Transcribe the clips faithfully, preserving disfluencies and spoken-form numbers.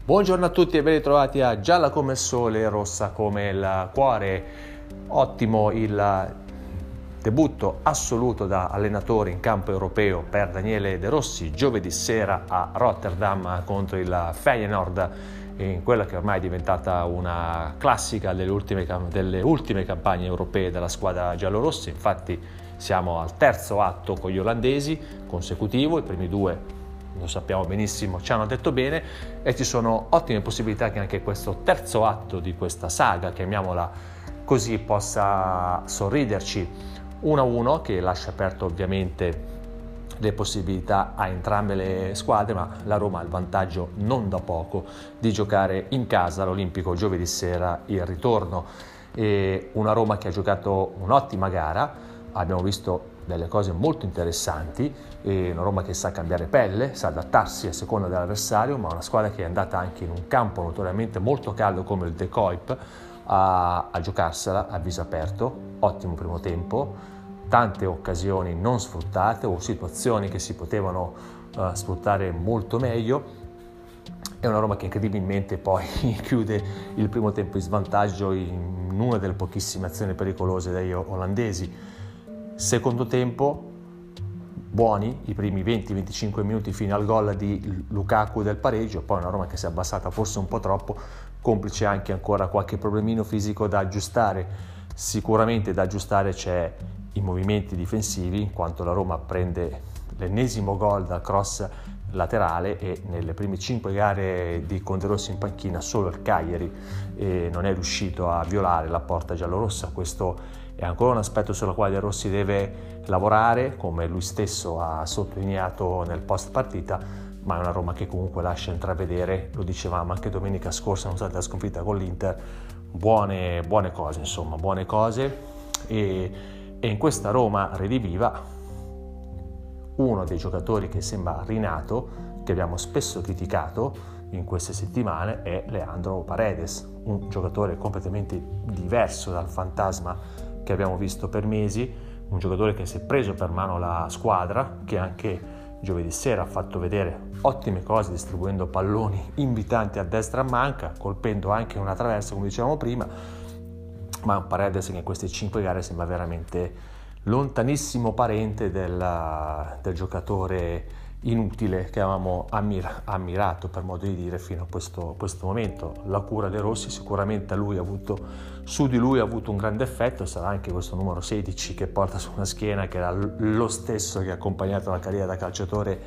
Buongiorno a tutti e ben ritrovati a Gialla come il sole, rossa come il cuore. Ottimo il debutto assoluto da allenatore in campo europeo per Daniele De Rossi giovedì sera a Rotterdam contro il Feyenoord, in quella che ormai è diventata una classica delle ultime, delle ultime campagne europee della squadra giallorossi. Infatti siamo al terzo atto con gli olandesi consecutivo, i primi due lo sappiamo benissimo, ci hanno detto bene, e ci sono ottime possibilità che anche questo terzo atto di questa saga, chiamiamola così, possa sorriderci. uno a uno che lascia aperto ovviamente le possibilità a entrambe le squadre, ma la Roma ha il vantaggio non da poco di giocare in casa all'Olimpico giovedì sera il ritorno. E una Roma che ha giocato un'ottima gara, abbiamo visto delle cose molto interessanti, e una Roma che sa cambiare pelle, sa adattarsi a seconda dell'avversario, ma una squadra che è andata anche in un campo notoriamente molto caldo come il De Kuip a, a giocarsela a viso aperto. Ottimo primo tempo, tante occasioni non sfruttate o situazioni che si potevano uh, sfruttare molto meglio. È una Roma che incredibilmente poi chiude il primo tempo in svantaggio in una delle pochissime azioni pericolose degli olandesi. Secondo tempo buoni i primi venti venticinque minuti fino al gol di Lukaku del pareggio, poi una Roma che si è abbassata forse un po' troppo, complice anche ancora qualche problemino fisico da aggiustare. Sicuramente da aggiustare c'è i movimenti difensivi, in quanto la Roma prende l'ennesimo gol dal cross laterale e nelle prime cinque gare di Conte Rossi in panchina solo il Cagliari eh, non è riuscito a violare la porta giallorossa. Questo è ancora un aspetto sulla quale De Rossi deve lavorare, come lui stesso ha sottolineato nel post partita, ma è una Roma che comunque lascia intravedere, lo dicevamo anche domenica scorsa nonostante la sconfitta con l'Inter, buone, buone cose, insomma, buone cose. E, e in questa Roma rediviva uno dei giocatori che sembra rinato, che abbiamo spesso criticato in queste settimane, è Leandro Paredes, un giocatore completamente diverso dal fantasma che abbiamo visto per mesi, un giocatore che si è preso per mano la squadra, che anche giovedì sera ha fatto vedere ottime cose distribuendo palloni invitanti a destra a manca, colpendo anche una traversa come dicevamo prima, ma un Paredes che in queste cinque gare sembra veramente lontanissimo parente del, del giocatore inutile che avevamo ammira, ammirato, per modo di dire, fino a questo, questo momento. La cura dei Rossi sicuramente a lui ha avuto, su di lui ha avuto un grande effetto. Sarà anche questo numero sedici che porta su una schiena, che era lo stesso che ha accompagnato la carriera da calciatore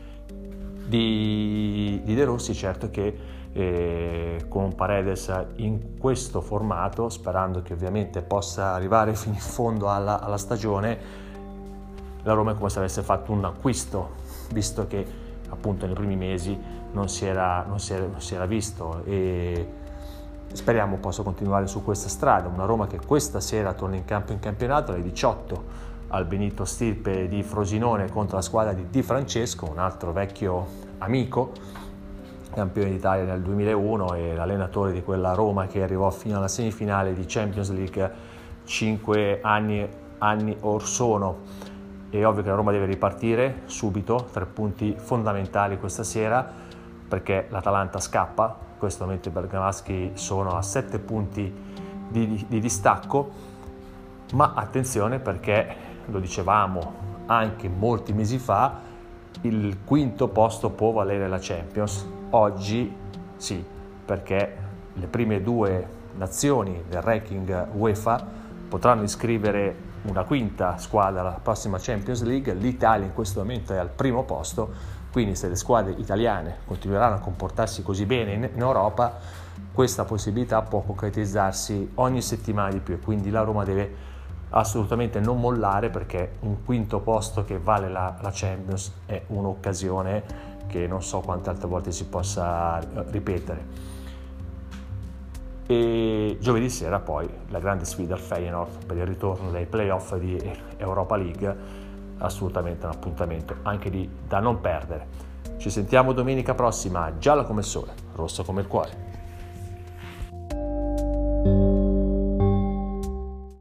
di, di De Rossi. Certo che eh, con un Paredes in questo formato, sperando che ovviamente possa arrivare fino in fondo alla, alla stagione, la Roma è come se avesse fatto un acquisto, visto che appunto nei primi mesi non si era, non si era, non si era visto, e speriamo possa continuare su questa strada. Una Roma che questa sera torna in campo in campionato alle diciotto al Benito Stirpe di Frosinone contro la squadra di Di Francesco, un altro vecchio amico, campione d'Italia nel duemilauno e l'allenatore di quella Roma che arrivò fino alla semifinale di Champions League cinque anni, anni or sono. È ovvio che la Roma deve ripartire subito, tre punti fondamentali questa sera, perché l'Atalanta scappa. In questo momento i bergamaschi sono a sette punti di, di, di distacco, ma attenzione, perché lo dicevamo anche molti mesi fa, il quinto posto può valere la Champions. Oggi sì, perché le prime due nazioni del ranking UEFA potranno iscrivere una quinta squadra alla prossima Champions League. L'Italia in questo momento è al primo posto, quindi se le squadre italiane continueranno a comportarsi così bene in, in Europa, questa possibilità può concretizzarsi ogni settimana di più, e quindi la Roma deve assolutamente non mollare, perché un quinto posto che vale la, la Champions è un'occasione che non so quante altre volte si possa ripetere. E giovedì sera poi la grande sfida al Feyenoord per il ritorno dai playoff di Europa League, assolutamente un appuntamento anche lì da non perdere. Ci sentiamo domenica prossima, gialla come il sole, rosso come il cuore.